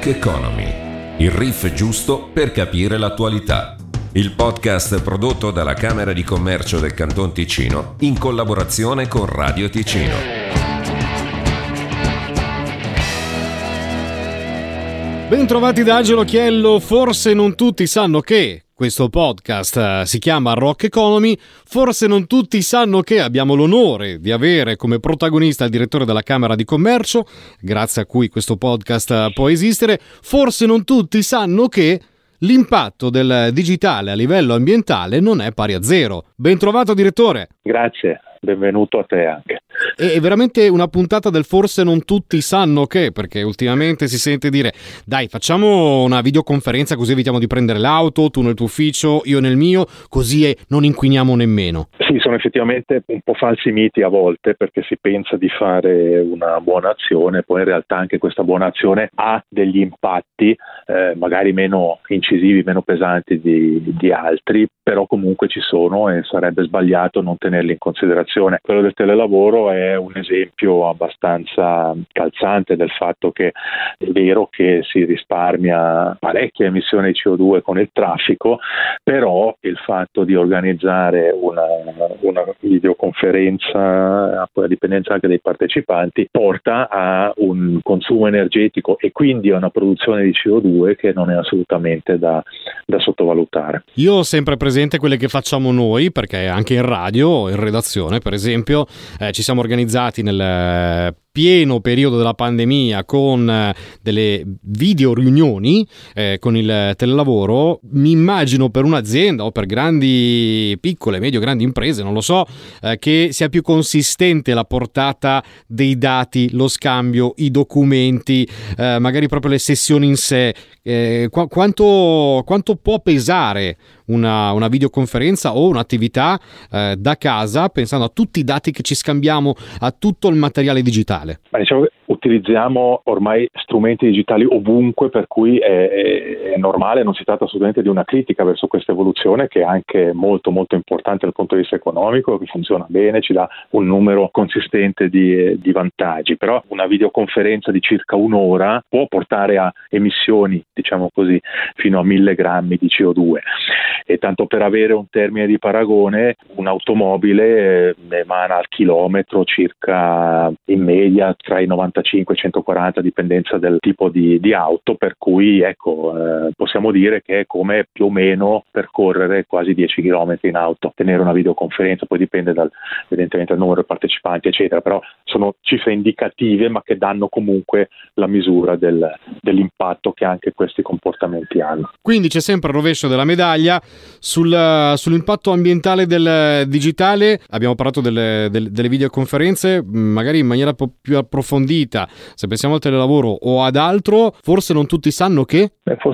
Economy, il riff giusto per capire l'attualità. Il podcast prodotto dalla Camera di Commercio del Canton Ticino in collaborazione con Radio Ticino. Bentrovati da Angelo Chiello. Forse non tutti sanno che questo podcast si chiama Rock Economy, forse non tutti sanno che abbiamo l'onore di avere come protagonista il direttore della Camera di Commercio, grazie a cui questo podcast può esistere, forse non tutti sanno che l'impatto del digitale a livello ambientale non è pari a zero. Bentrovato direttore. Grazie, benvenuto a te anche. È veramente una puntata del forse non tutti sanno che, perché ultimamente si sente dire dai, facciamo una videoconferenza così evitiamo di prendere l'auto, tu nel tuo ufficio, io nel mio, così non inquiniamo nemmeno. Sì, sono effettivamente un po' falsi miti a volte, perché si pensa di fare una buona azione, poi in realtà anche questa buona azione ha degli impatti magari meno incisivi, meno pesanti di altri, però comunque ci sono e sarebbe sbagliato non tenerli in considerazione. Quello del telelavoro è un esempio abbastanza calzante del fatto che è vero che si risparmia parecchia emissione di CO2 con il traffico, però il fatto di organizzare una videoconferenza, poi a dipendenza anche dei partecipanti, porta a un consumo energetico e quindi a una produzione di CO2 che non è assolutamente da sottovalutare. Io ho sempre presente quelle che facciamo noi, perché anche in radio, in redazione per esempio, ci siamo organizzati nel pieno periodo della pandemia con delle video riunioni con il telelavoro. Mi immagino per un'azienda o per grandi, piccole, medio grandi imprese, non lo so, che sia più consistente la portata dei dati, lo scambio, i documenti, magari proprio le sessioni in sé. Quanto può pesare una videoconferenza o un'attività da casa, pensando a tutti i dati che ci scambiamo, a tutto il materiale digitale? Ma diciamo che utilizziamo ormai strumenti digitali ovunque, per cui è normale, non si tratta assolutamente di una critica verso questa evoluzione, che è anche molto molto importante dal punto di vista economico, che funziona bene, ci dà un numero consistente di vantaggi, però una videoconferenza di circa un'ora può portare a emissioni, diciamo così, fino a 1000 grammi di CO2. E tanto per avere un termine di paragone, un'automobile emana al chilometro circa in media tra i 95 e i 140 a dipendenza del tipo di auto, per cui possiamo dire che è come più o meno percorrere quasi 10 km in auto, tenere una videoconferenza, poi dipende evidentemente dal numero di partecipanti eccetera, però sono cifre indicative ma che danno comunque la misura dell'impatto che anche questi comportamenti hanno. Quindi c'è sempre il rovescio della medaglia sull'impatto ambientale del digitale. Abbiamo parlato delle videoconferenze, magari in maniera un po' più approfondita, se pensiamo al telelavoro o ad altro. Forse non tutti sanno che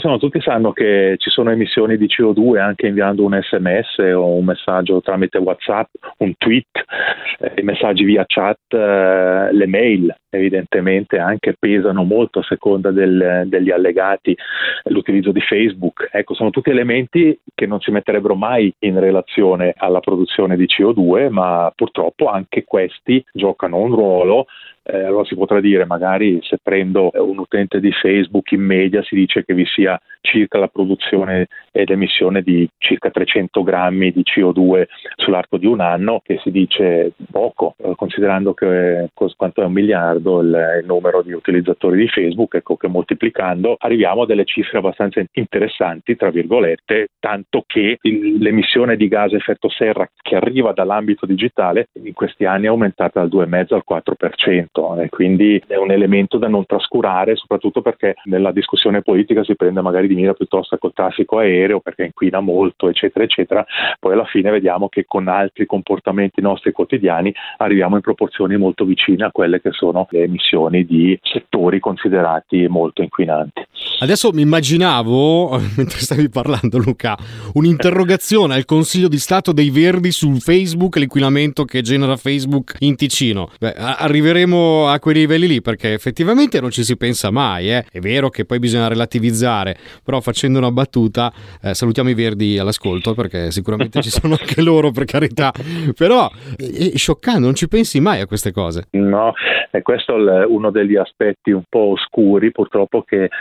ci sono emissioni di CO2 anche inviando un SMS o un messaggio tramite WhatsApp, un tweet, i messaggi via chat, le mail evidentemente anche pesano molto a seconda degli allegati, l'utilizzo di Facebook. Sono tutti elementi che non si metterebbero mai in relazione alla produzione di CO2, ma purtroppo anche questi giocano un ruolo. Allora si potrà dire, magari se prendo un utente di Facebook, in media si dice che vi sia circa la produzione ed emissione di circa 300 grammi di CO2 sull'arco di un anno, che si dice poco, considerando che quanto è 1 miliardo il numero di utilizzatori di Facebook, che moltiplicando arriviamo a delle cifre abbastanza interessanti, tra virgolette, tanto che l'emissione di gas a effetto serra che arriva dall'ambito digitale in questi anni è aumentata dal 2,5 al 4%. E quindi è un elemento da non trascurare, soprattutto perché nella discussione politica si prende magari di mira piuttosto col traffico aereo perché inquina molto eccetera eccetera, poi alla fine vediamo che con altri comportamenti nostri quotidiani arriviamo in proporzioni molto vicine a quelle che sono le emissioni di settori considerati molto inquinanti. Adesso mi immaginavo, mentre stavi parlando Luca, un'interrogazione al Consiglio di Stato dei Verdi su Facebook, l'inquinamento che genera Facebook in Ticino. Arriveremo a quei livelli lì, perché effettivamente non ci si pensa mai. È vero che poi bisogna relativizzare, però facendo una battuta, salutiamo i Verdi all'ascolto, perché sicuramente ci sono anche loro, per carità, però è scioccante, non ci pensi mai a queste cose. No, e questo è uno degli aspetti un po' oscuri purtroppo che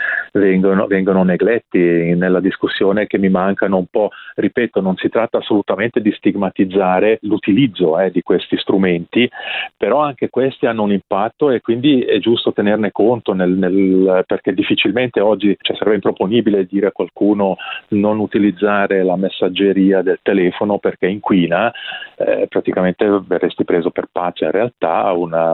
vengono negletti nella discussione, che mi mancano un po'. Ripeto, non si tratta assolutamente di stigmatizzare l'utilizzo di questi strumenti, però anche questi hanno un impatto e quindi è giusto tenerne conto perché difficilmente oggi sarebbe improponibile dire a qualcuno non utilizzare la messaggeria del telefono perché inquina, praticamente verresti preso per pazzo. In realtà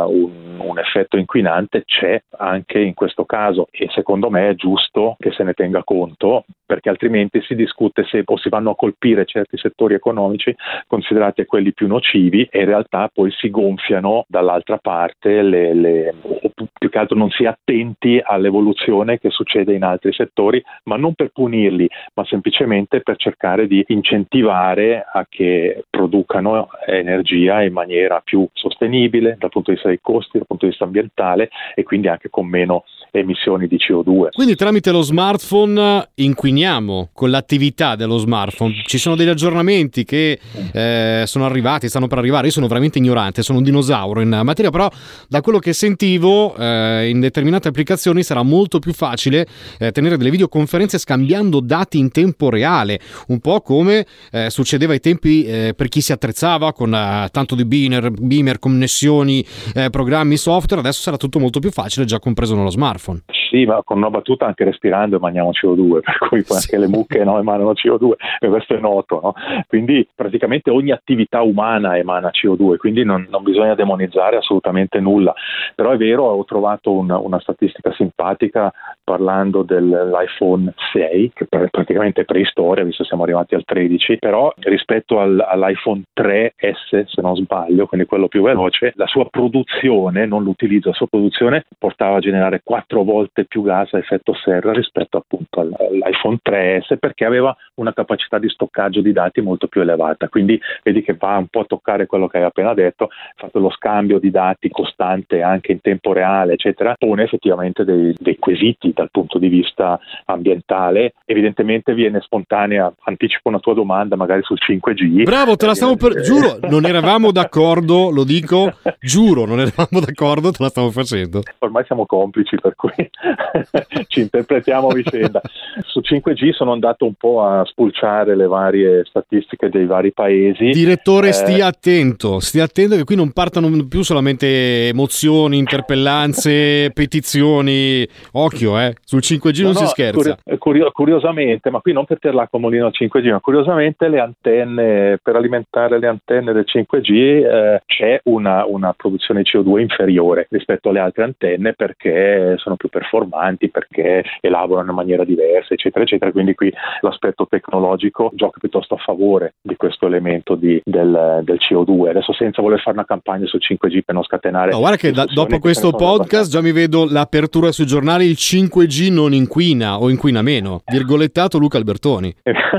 un effetto inquinante c'è anche in questo caso e secondo me è giusto che se ne tenga conto, perché altrimenti si discute se si vanno a colpire certi settori economici considerati quelli più nocivi e in realtà poi si gonfiano dall'altra parte o più che altro non si è attenti all'evoluzione che succede in altri settori, ma non per punirli, ma semplicemente per cercare di incentivare a che producano energia in maniera più sostenibile dal punto di vista dei costi, dal punto di vista ambientale e quindi anche con meno emissioni di CO2. Quindi tramite lo smartphone inquiniamo con l'attività dello smartphone. Ci sono degli aggiornamenti che sono arrivati, stanno per arrivare. Io sono veramente ignorante, sono un dinosauro in materia, però da quello che sentivo in determinate applicazioni sarà molto più facile tenere delle videoconferenze scambiando dati in tempo reale, un po' come succedeva ai tempi per chi si attrezzava con tanto di beamer, connessioni, programmi, software. Adesso sarà tutto molto più facile, già compreso nello smartphone. Sì, ma con una battuta anche respirando emaniamo CO2, per cui anche le mucche emanano CO2 e questo è noto, no? Quindi praticamente ogni attività umana emana CO2, quindi non bisogna demonizzare assolutamente nulla. Però è vero, ho trovato una statistica simpatica parlando dell'iPhone 6, che praticamente è preistoria, visto che siamo arrivati al 13, però rispetto all'iPhone 3S, se non sbaglio, quindi quello più veloce, la sua produzione, non l'utilizzo, la sua produzione portava a generare 4 volte più gas a effetto serra rispetto appunto all'iPhone 3S, perché aveva una capacità di stoccaggio di dati molto più elevata. Quindi vedi che va un po' a toccare quello che hai appena detto, fatto lo scambio di dati costante anche in tempo reale, eccetera, pone effettivamente dei quesiti dal punto di vista ambientale. Evidentemente viene spontanea, anticipo una tua domanda magari sul 5G. Bravo, te la stavo giuro, non eravamo d'accordo, lo dico, giuro, non eravamo d'accordo, te la stavo facendo. Ormai siamo complici, per cui ci interpretiamo a vicenda. Su 5G sono andato un po' a spulciare le varie statistiche dei vari paesi. Direttore, stia attento che qui non partano più solamente emozioni, interpellanze, petizioni. Occhio, sul 5G non si scherza. Curiosamente, ma qui non per tirare l'acqua a mulino al 5G, ma curiosamente le antenne, per alimentare le antenne del 5G c'è una produzione di CO2 inferiore rispetto alle altre antenne, perché sono più performanti, perché elaborano in maniera diversa, eccetera, eccetera. Quindi qui l'aspetto tecnologico gioca piuttosto a favore di questo elemento del CO2. Adesso, senza voler fare una campagna sul 5G per non scatenare... No, guarda che dopo questo podcast già mi vedo l'apertura sui giornali: il 5G non inquina o inquina meno. Virgolettato Luca Albertoni.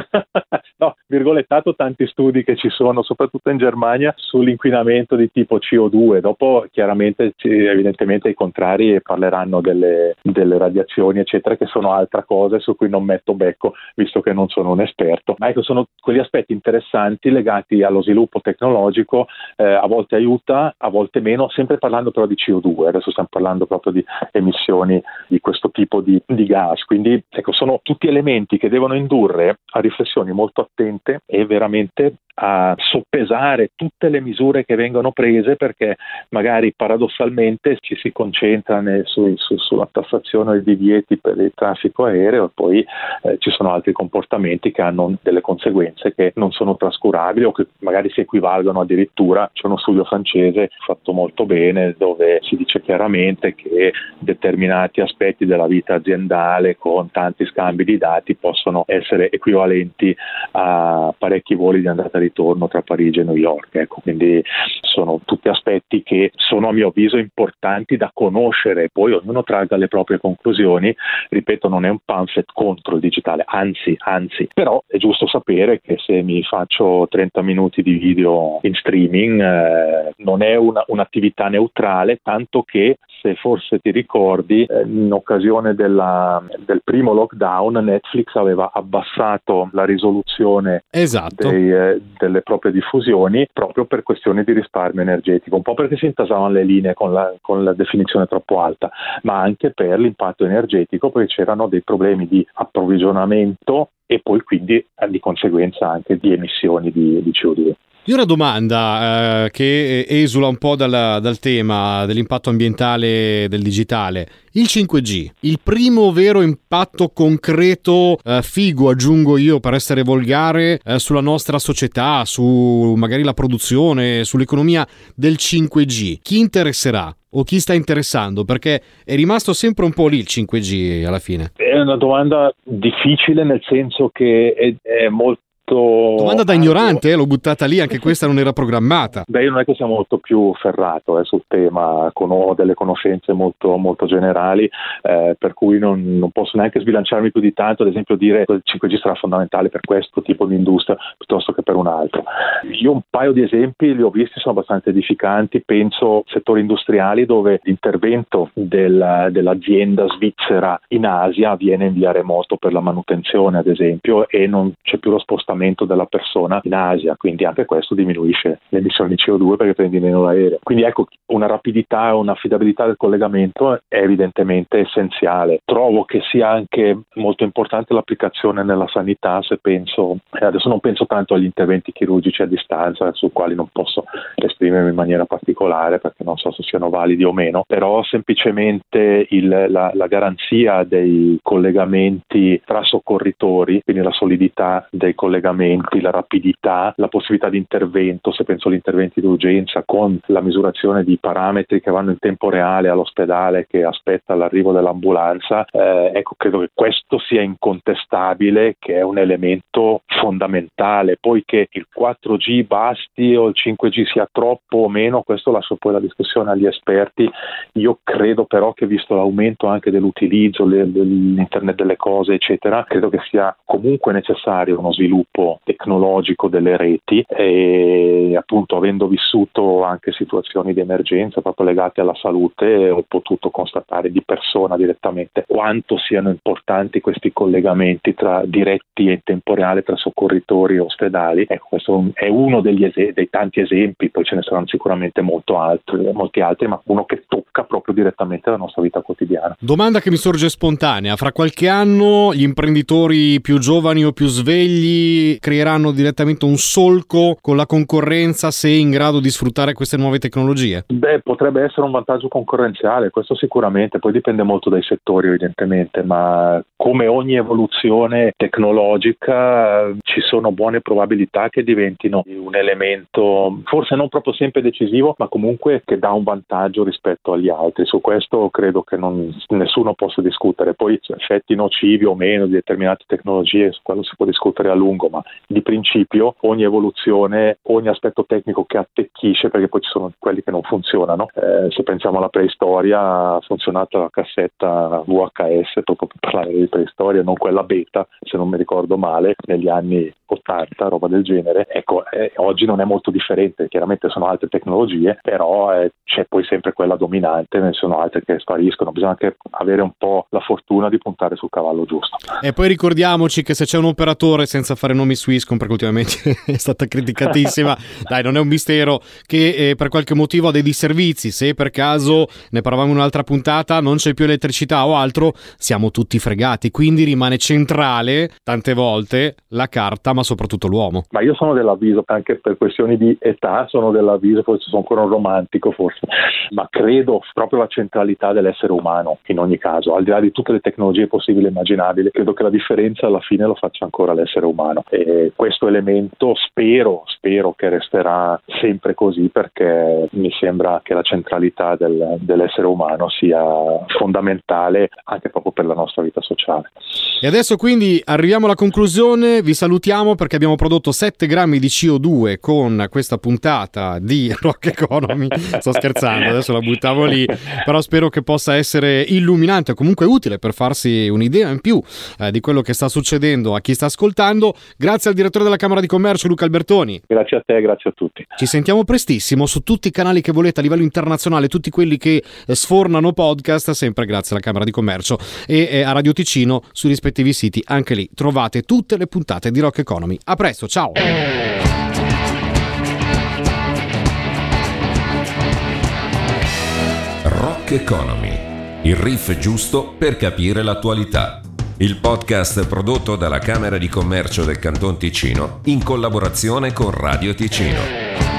No, virgolettato tanti studi che ci sono, soprattutto in Germania, sull'inquinamento di tipo CO2. Dopo chiaramente evidentemente i contrari parleranno delle radiazioni, eccetera, che sono altra cosa su cui non metto becco, visto che non sono un esperto. Ma ecco, sono quegli aspetti interessanti legati allo sviluppo tecnologico, a volte aiuta, a volte meno, sempre parlando però di CO2. Adesso stiamo parlando proprio di emissioni di questo tipo di gas. Quindi ecco, sono tutti elementi che devono indurre a riflessioni molto attente e veramente a soppesare tutte le misure che vengono prese, perché magari paradossalmente ci si concentra sulla tassazione o i divieti per il traffico aereo e poi ci sono altri comportamenti che hanno delle conseguenze che non sono trascurabili o che magari si equivalgono addirittura. C'è uno studio francese fatto molto bene dove si dice chiaramente che determinati aspetti della vita aziendale con tanti scambi di dati possono essere equivalenti a parecchi voli di andata e ritorno tra Parigi e New York. Ecco, quindi sono tutti aspetti che sono, a mio avviso, importanti da conoscere, poi ognuno tragga le proprie conclusioni. Ripeto, non è un pamphlet contro il digitale, anzi, però è giusto sapere che se mi faccio 30 minuti di video in streaming non è un'attività neutrale, tanto che, se forse ti ricordi, in occasione del primo lockdown Netflix aveva abbassato la risoluzione esatto. delle proprie diffusioni proprio per questioni di risparmio energetico. energetico, un po' perché si intasavano le linee con la definizione troppo alta, ma anche per l'impatto energetico, perché c'erano dei problemi di approvvigionamento e poi quindi di conseguenza anche di emissioni di CO2. Io ho una domanda che esula un po' dal tema dell'impatto ambientale del digitale. Il 5G, il primo vero impatto concreto, figo aggiungo io per essere volgare, sulla nostra società, su magari la produzione, sull'economia del 5G. Chi interesserà? O chi sta interessando? Perché è rimasto sempre un po' lì il 5G alla fine. È una domanda difficile, nel senso che è molto... Domanda da ignorante, l'ho buttata lì, anche questa non era programmata. Io non è che sia molto più ferrato sul tema, ho delle conoscenze molto, molto generali, per cui non posso neanche sbilanciarmi più di tanto, ad esempio dire che il 5G sarà fondamentale per questo tipo di industria piuttosto che per un altro. Io un paio di esempi li ho visti, sono abbastanza edificanti. Penso settori industriali dove l'intervento dell'azienda svizzera in Asia avviene in via remoto per la manutenzione, ad esempio, e non c'è più lo spostamento della persona in Asia, quindi anche questo diminuisce le emissioni di CO2 perché prendi meno l'aereo. Quindi ecco, una rapidità e un'affidabilità del collegamento è evidentemente essenziale. Trovo che sia anche molto importante l'applicazione nella sanità, se penso, adesso non penso tanto agli interventi chirurgici a distanza, sui quali non posso esprimermi in maniera particolare perché non so se siano validi o meno, però semplicemente la garanzia dei collegamenti tra soccorritori, quindi la solidità dei collegamenti, la rapidità, la possibilità di intervento, se penso agli interventi d'urgenza, con la misurazione di parametri che vanno in tempo reale all'ospedale che aspetta l'arrivo dell'ambulanza, credo che questo sia incontestabile, che è un elemento fondamentale. Poi che il 4G basti o il 5G sia troppo o meno, questo lascio poi la discussione agli esperti. Io credo però che, visto l'aumento anche dell'utilizzo dell'internet delle cose eccetera, credo che sia comunque necessario uno sviluppo tecnologico delle reti, e appunto, avendo vissuto anche situazioni di emergenza proprio legate alla salute, ho potuto constatare di persona direttamente quanto siano importanti questi collegamenti diretti e in tempo reale tra soccorritori e ospedali. Ecco, questo è uno dei tanti esempi, poi ce ne saranno sicuramente molti altri, ma uno che tocca proprio direttamente la nostra vita quotidiana. Domanda che mi sorge spontanea: fra qualche anno gli imprenditori più giovani o più svegli creeranno direttamente un solco con la concorrenza, se in grado di sfruttare queste nuove tecnologie? Potrebbe essere un vantaggio concorrenziale, questo sicuramente, poi dipende molto dai settori evidentemente, ma come ogni evoluzione tecnologica ci sono buone probabilità che diventino un elemento forse non proprio sempre decisivo, ma comunque che dà un vantaggio rispetto agli altri. Su questo credo che nessuno possa discutere. Poi effetti nocivi o meno di determinate tecnologie, su quello si può discutere a lungo, ma di principio ogni evoluzione, ogni aspetto tecnico che attecchisce, perché poi ci sono quelli che non funzionano. Se pensiamo alla preistoria, ha funzionato la cassetta VHS, proprio per parlare di preistoria, non quella beta, se non mi ricordo male, negli anni 80, roba del genere. Ecco, oggi non è molto differente, chiaramente sono altre tecnologie, però c'è poi sempre quella dominante, ne sono altre che spariscono, bisogna anche avere un po' la fortuna di puntare sul cavallo giusto. E poi ricordiamoci che se c'è un operatore, senza fare nomi Swisscom perché ultimamente è stata criticatissima, dai, non è un mistero che per qualche motivo ha dei disservizi. Se per caso, ne parlavamo in un'altra puntata, non c'è più elettricità o altro, siamo tutti fregati, quindi rimane centrale tante volte la carta, ma soprattutto l'uomo. Ma io sono dell'avviso, anche per questioni di età, forse sono ancora un romantico forse, ma credo proprio alla centralità dell'essere umano in ogni caso, al di là di tutte le tecnologie possibili e immaginabili. Credo che la differenza alla fine lo faccia ancora l'essere umano, e questo elemento spero che resterà sempre così, perché mi sembra che la centralità dell'essere umano sia fondamentale anche proprio per la nostra vita sociale. E adesso quindi arriviamo alla conclusione, vi salutiamo perché abbiamo prodotto 7 grammi di CO2 con questa puntata di Rock Economy. Sto scherzando, adesso la buttavo lì, però spero che possa essere illuminante o comunque utile per farsi un'idea in più di quello che sta succedendo a chi sta ascoltando. Grazie al direttore della Camera di Commercio Luca Albertoni. Grazie a te, grazie a tutti. Ci sentiamo prestissimo su tutti i canali che volete a livello internazionale, tutti quelli che sfornano podcast, sempre grazie alla Camera di Commercio e a Radio Ticino sui rispettivi siti. Anche lì trovate tutte le puntate di Rock Economy. A presto, ciao! Rock Economy, il riff giusto per capire l'attualità. Il podcast prodotto dalla Camera di Commercio del Canton Ticino in collaborazione con Radio Ticino.